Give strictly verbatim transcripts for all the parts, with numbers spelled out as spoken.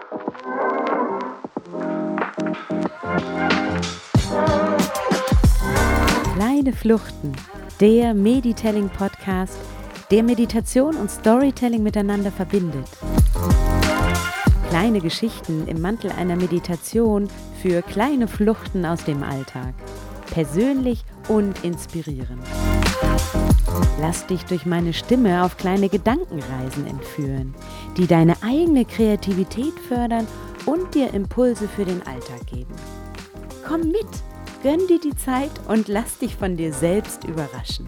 Kleine Fluchten, der Meditelling-Podcast, der Meditation und Storytelling miteinander verbindet. Kleine Geschichten im Mantel einer Meditation für kleine Fluchten aus dem Alltag. Persönlich und inspirierend. Lass dich durch meine Stimme auf kleine Gedankenreisen entführen, die deine eigene Kreativität fördern und dir Impulse für den Alltag geben. Komm mit, gönn dir die Zeit und lass dich von dir selbst überraschen.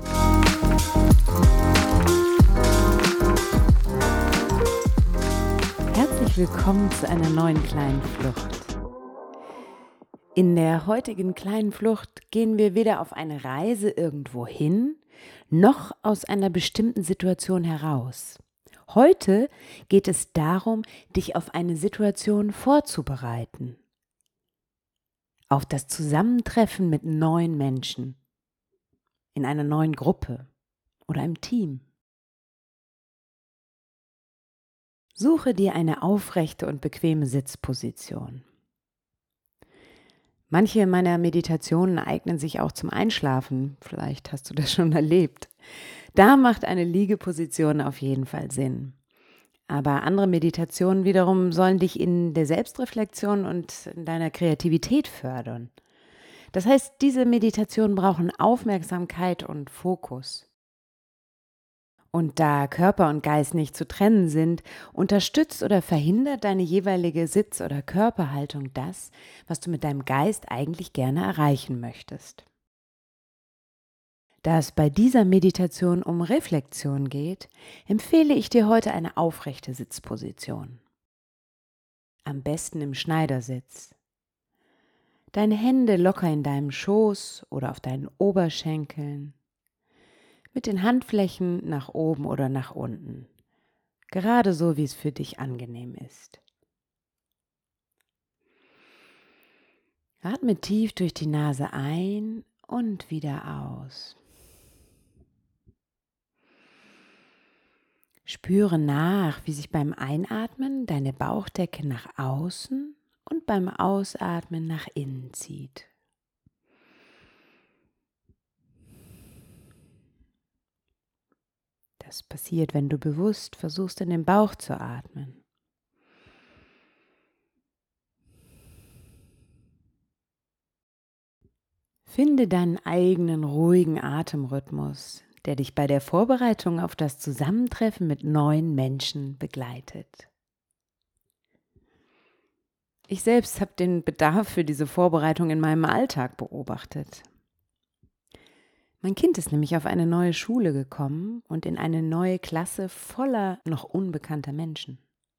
Herzlich willkommen zu einer neuen kleinen Flucht. In der heutigen kleinen Flucht gehen wir weder auf eine Reise irgendwo hin, noch aus einer bestimmten Situation heraus. Heute geht es darum, dich auf eine Situation vorzubereiten. Auf das Zusammentreffen mit neuen Menschen, in einer neuen Gruppe oder im Team. Suche dir eine aufrechte und bequeme Sitzposition. Manche meiner Meditationen eignen sich auch zum Einschlafen, vielleicht hast du das schon erlebt. Da macht eine Liegeposition auf jeden Fall Sinn. Aber andere Meditationen wiederum sollen dich in der Selbstreflexion und in deiner Kreativität fördern. Das heißt, diese Meditationen brauchen Aufmerksamkeit und Fokus. Und da Körper und Geist nicht zu trennen sind, unterstützt oder verhindert deine jeweilige Sitz- oder Körperhaltung das, was du mit deinem Geist eigentlich gerne erreichen möchtest. Da es bei dieser Meditation um Reflexion geht, empfehle ich dir heute eine aufrechte Sitzposition. Am besten im Schneidersitz. Deine Hände locker in deinem Schoß oder auf deinen Oberschenkeln. Mit den Handflächen nach oben oder nach unten. Gerade so, wie es für dich angenehm ist. Atme tief durch die Nase ein und wieder aus. Spüre nach, wie sich beim Einatmen deine Bauchdecke nach außen und beim Ausatmen nach innen zieht. Das passiert, wenn du bewusst versuchst, in den Bauch zu atmen. Finde deinen eigenen ruhigen Atemrhythmus, der dich bei der Vorbereitung auf das Zusammentreffen mit neuen Menschen begleitet. Ich selbst habe den Bedarf für diese Vorbereitung in meinem Alltag beobachtet. Mein Kind ist nämlich auf eine neue Schule gekommen und in eine neue Klasse voller noch unbekannter Menschen.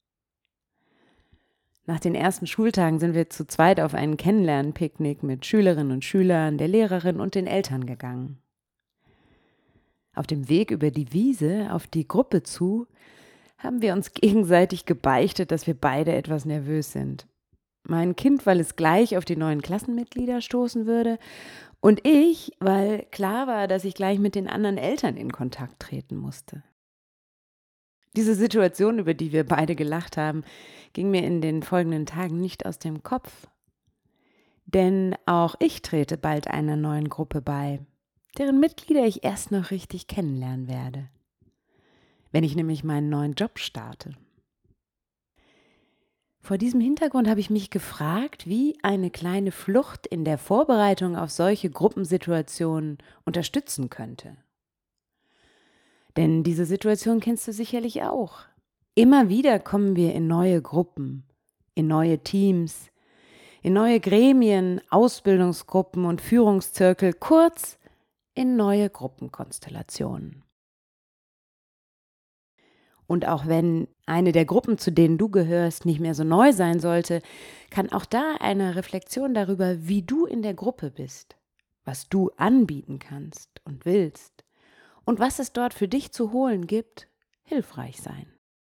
Nach den ersten Schultagen sind wir zu zweit auf einen Kennenlernpicknick mit Schülerinnen und Schülern, der Lehrerin und den Eltern gegangen. Auf dem Weg über die Wiese auf die Gruppe zu, haben wir uns gegenseitig gebeichtet, dass wir beide etwas nervös sind. Mein Kind, weil es gleich auf die neuen Klassenmitglieder stoßen würde, und ich, weil klar war, dass ich gleich mit den anderen Eltern in Kontakt treten musste. Diese Situation, über die wir beide gelacht haben, ging mir in den folgenden Tagen nicht aus dem Kopf. Denn auch ich trete bald einer neuen Gruppe bei, deren Mitglieder ich erst noch richtig kennenlernen werde, wenn ich nämlich meinen neuen Job starte. Vor diesem Hintergrund habe ich mich gefragt, wie eine kleine Flucht in der Vorbereitung auf solche Gruppensituationen unterstützen könnte. Denn diese Situation kennst du sicherlich auch. Immer wieder kommen wir in neue Gruppen, in neue Teams, in neue Gremien, Ausbildungsgruppen und Führungszirkel, kurz in neue Gruppenkonstellationen. Und auch wenn eine der Gruppen, zu denen du gehörst, nicht mehr so neu sein sollte, kann auch da eine Reflexion darüber, wie du in der Gruppe bist, was du anbieten kannst und willst und was es dort für dich zu holen gibt, hilfreich sein.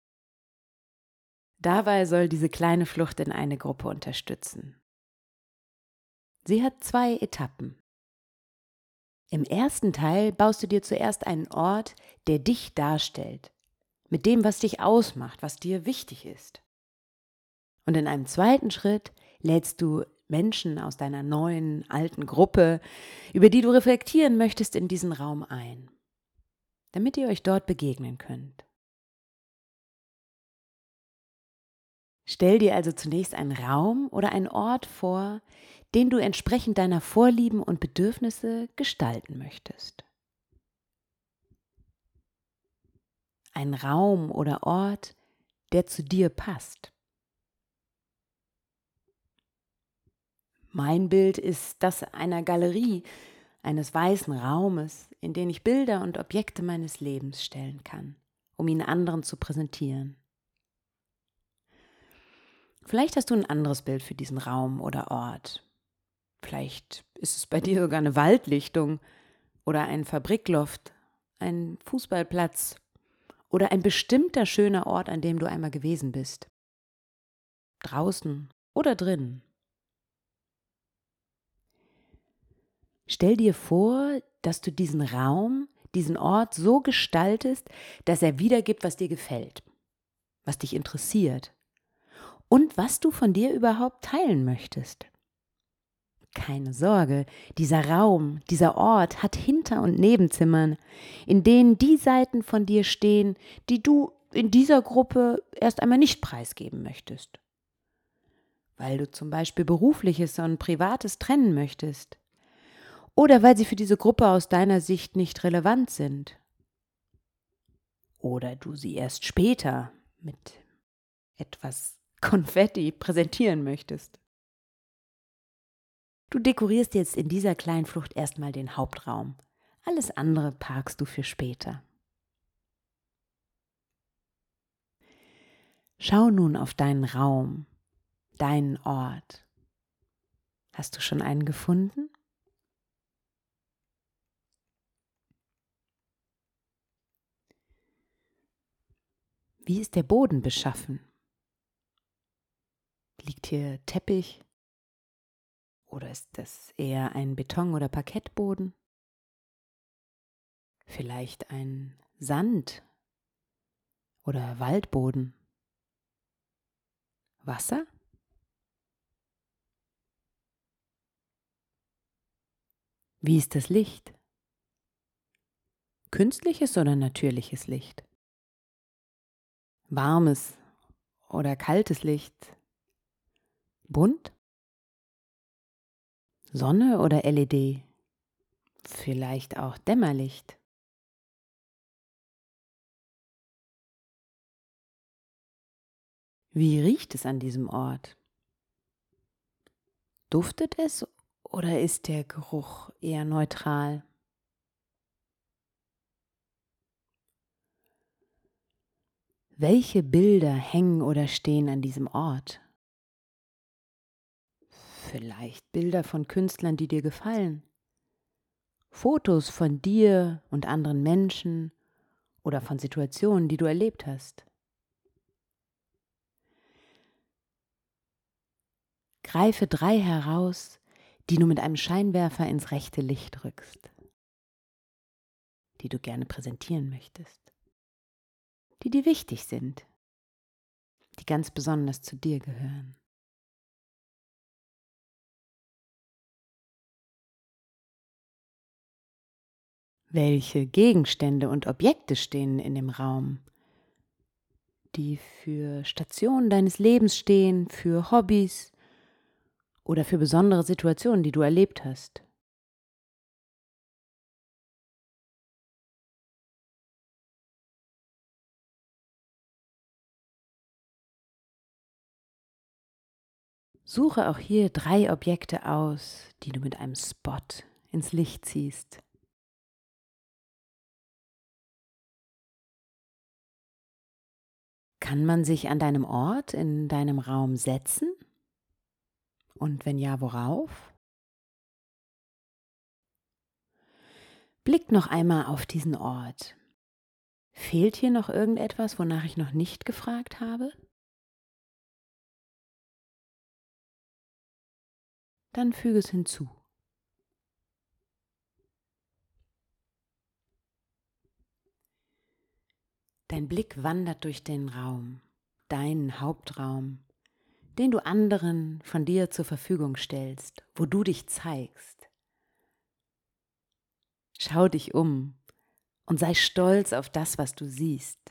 Dabei soll diese kleine Flucht in eine Gruppe unterstützen. Sie hat zwei Etappen. Im ersten Teil baust du dir zuerst einen Ort, der dich darstellt, mit dem, was dich ausmacht, was dir wichtig ist. Und in einem zweiten Schritt lädst du Menschen aus deiner neuen, alten Gruppe, über die du reflektieren möchtest, in diesen Raum ein, damit ihr euch dort begegnen könnt. Stell dir also zunächst einen Raum oder einen Ort vor, den du entsprechend deiner Vorlieben und Bedürfnisse gestalten möchtest. Ein Raum oder Ort, der zu dir passt. Mein Bild ist das einer Galerie, eines weißen Raumes, in den ich Bilder und Objekte meines Lebens stellen kann, um ihn anderen zu präsentieren. Vielleicht hast du ein anderes Bild für diesen Raum oder Ort. Vielleicht ist es bei dir sogar eine Waldlichtung oder ein Fabrikloft, ein Fußballplatz oder ein bestimmter schöner Ort, an dem du einmal gewesen bist. Draußen oder drinnen. Stell dir vor, dass du diesen Raum, diesen Ort so gestaltest, dass er wiedergibt, was dir gefällt, was dich interessiert und was du von dir überhaupt teilen möchtest. Keine Sorge, dieser Raum, dieser Ort hat Hinter- und Nebenzimmern, in denen die Seiten von dir stehen, die du in dieser Gruppe erst einmal nicht preisgeben möchtest. Weil du zum Beispiel Berufliches und Privates trennen möchtest. Oder weil sie für diese Gruppe aus deiner Sicht nicht relevant sind. Oder du sie erst später mit etwas Konfetti präsentieren möchtest. Du dekorierst jetzt in dieser kleinen Flucht erstmal den Hauptraum. Alles andere parkst du für später. Schau nun auf deinen Raum, deinen Ort. Hast du schon einen gefunden? Wie ist der Boden beschaffen? Liegt hier Teppich? Oder ist das eher ein Beton- oder Parkettboden? Vielleicht ein Sand- oder Waldboden? Wasser? Wie ist das Licht? Künstliches oder natürliches Licht? Warmes oder kaltes Licht? Bunt? Sonne oder L E D? Vielleicht auch Dämmerlicht? Wie riecht es an diesem Ort? Duftet es oder ist der Geruch eher neutral? Welche Bilder hängen oder stehen an diesem Ort? Vielleicht Bilder von Künstlern, die dir gefallen. Fotos von dir und anderen Menschen oder von Situationen, die du erlebt hast. Greife drei heraus, die du mit einem Scheinwerfer ins rechte Licht rückst, die du gerne präsentieren möchtest, die dir wichtig sind, die ganz besonders zu dir gehören. Welche Gegenstände und Objekte stehen in dem Raum, die für Stationen deines Lebens stehen, für Hobbys oder für besondere Situationen, die du erlebt hast? Suche auch hier drei Objekte aus, die du mit einem Spot ins Licht ziehst. Kann man sich an deinem Ort, in deinem Raum setzen? Und wenn ja, worauf? Blick noch einmal auf diesen Ort. Fehlt hier noch irgendetwas, wonach ich noch nicht gefragt habe? Dann füge es hinzu. Dein Blick wandert durch den Raum, deinen Hauptraum, den du anderen von dir zur Verfügung stellst, wo du dich zeigst. Schau dich um und sei stolz auf das, was du siehst.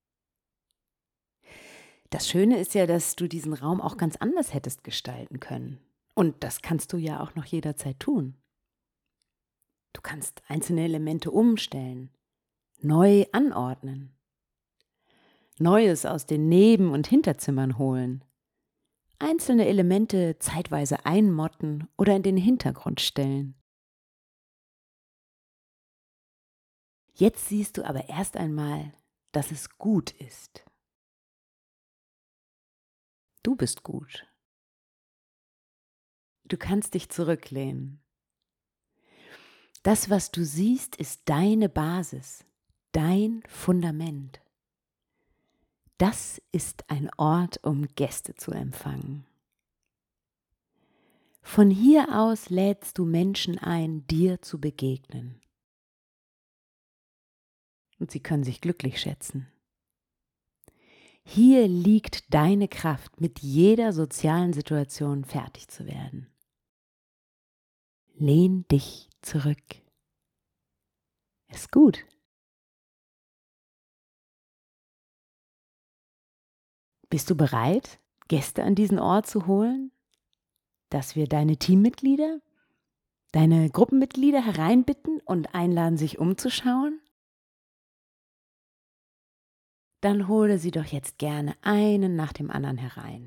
Das Schöne ist ja, dass du diesen Raum auch ganz anders hättest gestalten können. Und das kannst du ja auch noch jederzeit tun. Du kannst einzelne Elemente umstellen, neu anordnen, Neues aus den Neben- und Hinterzimmern holen, einzelne Elemente zeitweise einmotten oder in den Hintergrund stellen. Jetzt siehst du aber erst einmal, dass es gut ist. Du bist gut. Du kannst dich zurücklehnen. Das, was du siehst, ist deine Basis, dein Fundament. Das ist ein Ort, um Gäste zu empfangen. Von hier aus lädst du Menschen ein, dir zu begegnen. Und sie können sich glücklich schätzen. Hier liegt deine Kraft, mit jeder sozialen Situation fertig zu werden. Lehn dich zurück. Ist gut. Bist du bereit, Gäste an diesen Ort zu holen? Dass wir deine Teammitglieder, deine Gruppenmitglieder hereinbitten und einladen, sich umzuschauen? Dann hole sie doch jetzt gerne einen nach dem anderen herein.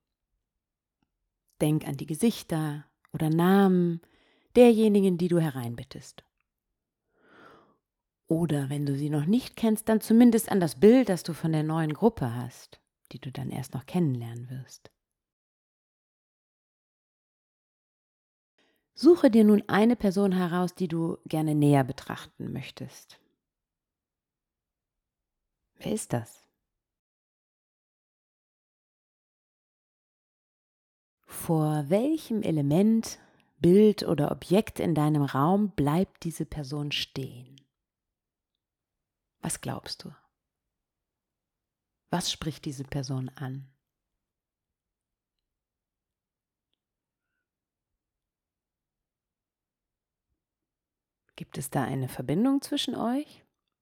Denk an die Gesichter oder Namen derjenigen, die du hereinbittest. Oder wenn du sie noch nicht kennst, dann zumindest an das Bild, das du von der neuen Gruppe hast, die du dann erst noch kennenlernen wirst. Suche dir nun eine Person heraus, die du gerne näher betrachten möchtest. Wer ist das? Vor welchem Element, Bild oder Objekt in deinem Raum bleibt diese Person stehen? Was glaubst du? Was spricht diese Person an? Gibt es da eine Verbindung zwischen euch?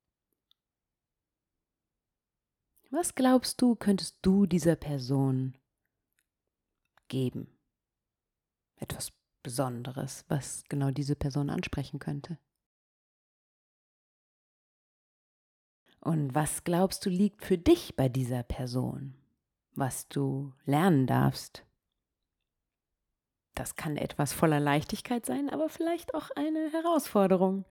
Was glaubst du, könntest du dieser Person geben? Etwas Besonderes, was genau diese Person ansprechen könnte. Und was glaubst du, liegt für dich bei dieser Person, was du lernen darfst? Das kann etwas voller Leichtigkeit sein, aber vielleicht auch eine Herausforderung.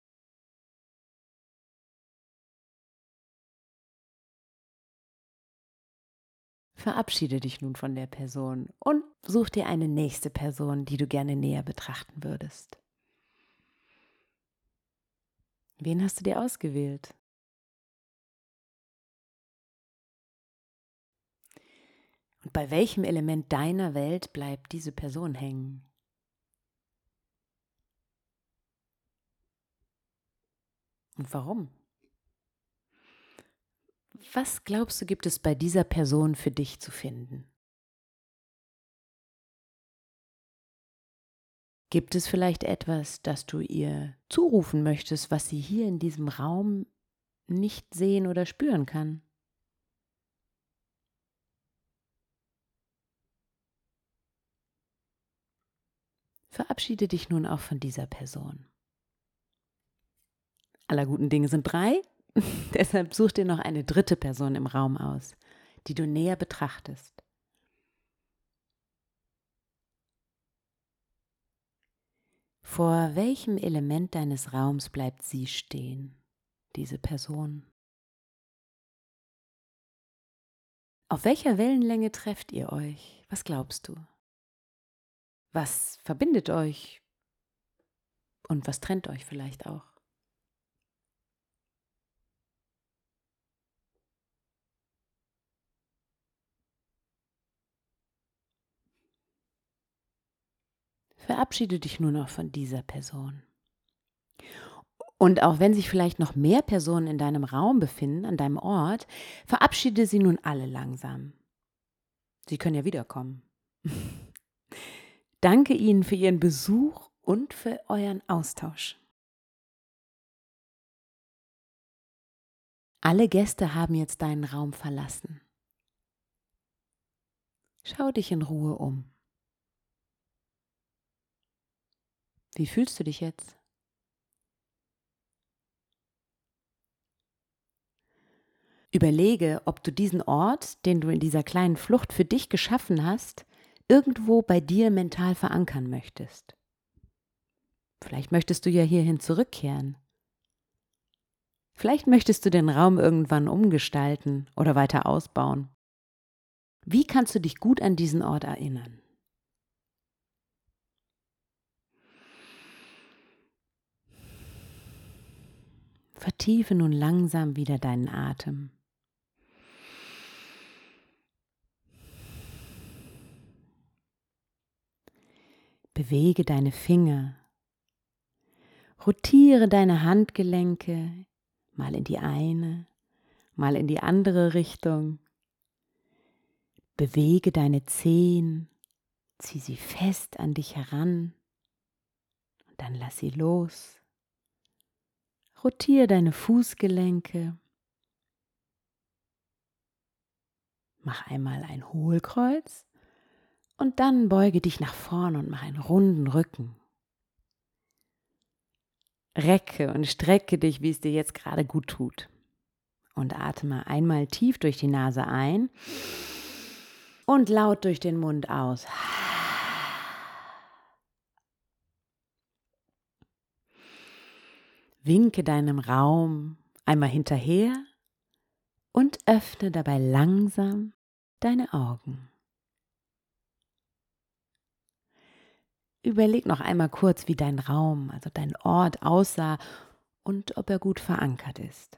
Verabschiede dich nun von der Person und such dir eine nächste Person, die du gerne näher betrachten würdest. Wen hast du dir ausgewählt? Und bei welchem Element deiner Welt bleibt diese Person hängen? Und warum? Was glaubst du, gibt es bei dieser Person für dich zu finden? Gibt es vielleicht etwas, das du ihr zurufen möchtest, was sie hier in diesem Raum nicht sehen oder spüren kann? Verabschiede dich nun auch von dieser Person. Aller guten Dinge sind drei, deshalb such dir noch eine dritte Person im Raum aus, die du näher betrachtest. Vor welchem Element deines Raums bleibt sie stehen, diese Person? Auf welcher Wellenlänge trefft ihr euch? Was glaubst du? Was verbindet euch und was trennt euch vielleicht auch? Verabschiede dich nur noch von dieser Person. Und auch wenn sich vielleicht noch mehr Personen in deinem Raum befinden, an deinem Ort, verabschiede sie nun alle langsam. Sie können ja wiederkommen. Danke Ihnen für Ihren Besuch und für euren Austausch. Alle Gäste haben jetzt deinen Raum verlassen. Schau dich in Ruhe um. Wie fühlst du dich jetzt? Überlege, ob du diesen Ort, den du in dieser kleinen Flucht für dich geschaffen hast, irgendwo bei dir mental verankern möchtest. Vielleicht möchtest du ja hierhin zurückkehren. Vielleicht möchtest du den Raum irgendwann umgestalten oder weiter ausbauen. Wie kannst du dich gut an diesen Ort erinnern? Vertiefe nun langsam wieder deinen Atem. Bewege deine Finger. Rotiere deine Handgelenke mal in die eine, mal in die andere Richtung. Bewege deine Zehen, zieh sie fest an dich heran und dann lass sie los. Rotiere deine Fußgelenke. Mach einmal ein Hohlkreuz und dann beuge dich nach vorne und mach einen runden Rücken. Recke und strecke dich, wie es dir jetzt gerade gut tut. Und atme einmal tief durch die Nase ein und laut durch den Mund aus. Winke deinem Raum einmal hinterher und öffne dabei langsam deine Augen. Überleg noch einmal kurz, wie dein Raum, also dein Ort aussah und ob er gut verankert ist.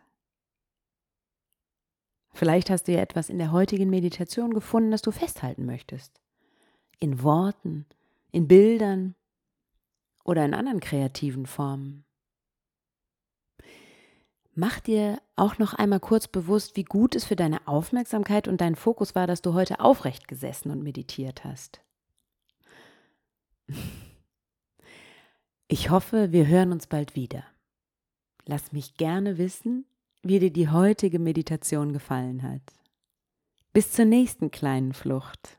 Vielleicht hast du ja etwas in der heutigen Meditation gefunden, das du festhalten möchtest. In Worten, in Bildern oder in anderen kreativen Formen. Mach dir auch noch einmal kurz bewusst, wie gut es für deine Aufmerksamkeit und deinen Fokus war, dass du heute aufrecht gesessen und meditiert hast. Ich hoffe, wir hören uns bald wieder. Lass mich gerne wissen, wie dir die heutige Meditation gefallen hat. Bis zur nächsten kleinen Flucht.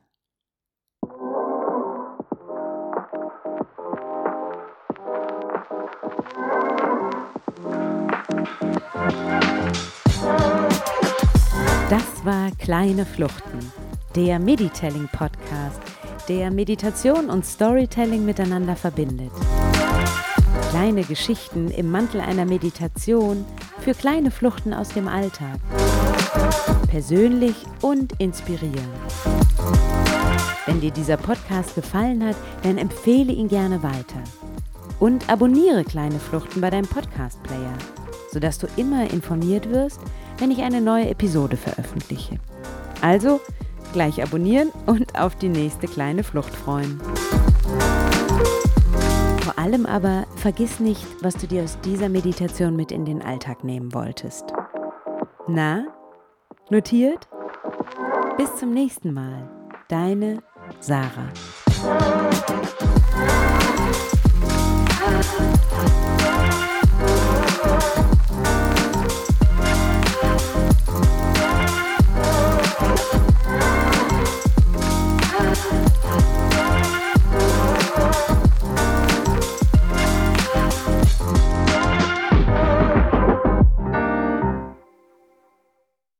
Das war Kleine Fluchten, der Meditelling-Podcast, der Meditation und Storytelling miteinander verbindet. Kleine Geschichten im Mantel einer Meditation für kleine Fluchten aus dem Alltag. Persönlich und inspirierend. Wenn dir dieser Podcast gefallen hat, dann empfehle ihn gerne weiter. Und abonniere Kleine Fluchten bei deinem Podcast-Player, sodass du immer informiert wirst, wenn ich eine neue Episode veröffentliche. Also gleich abonnieren und auf die nächste kleine Flucht freuen. Vor allem aber vergiss nicht, was du dir aus dieser Meditation mit in den Alltag nehmen wolltest. Na, notiert? Bis zum nächsten Mal. Deine Sarah.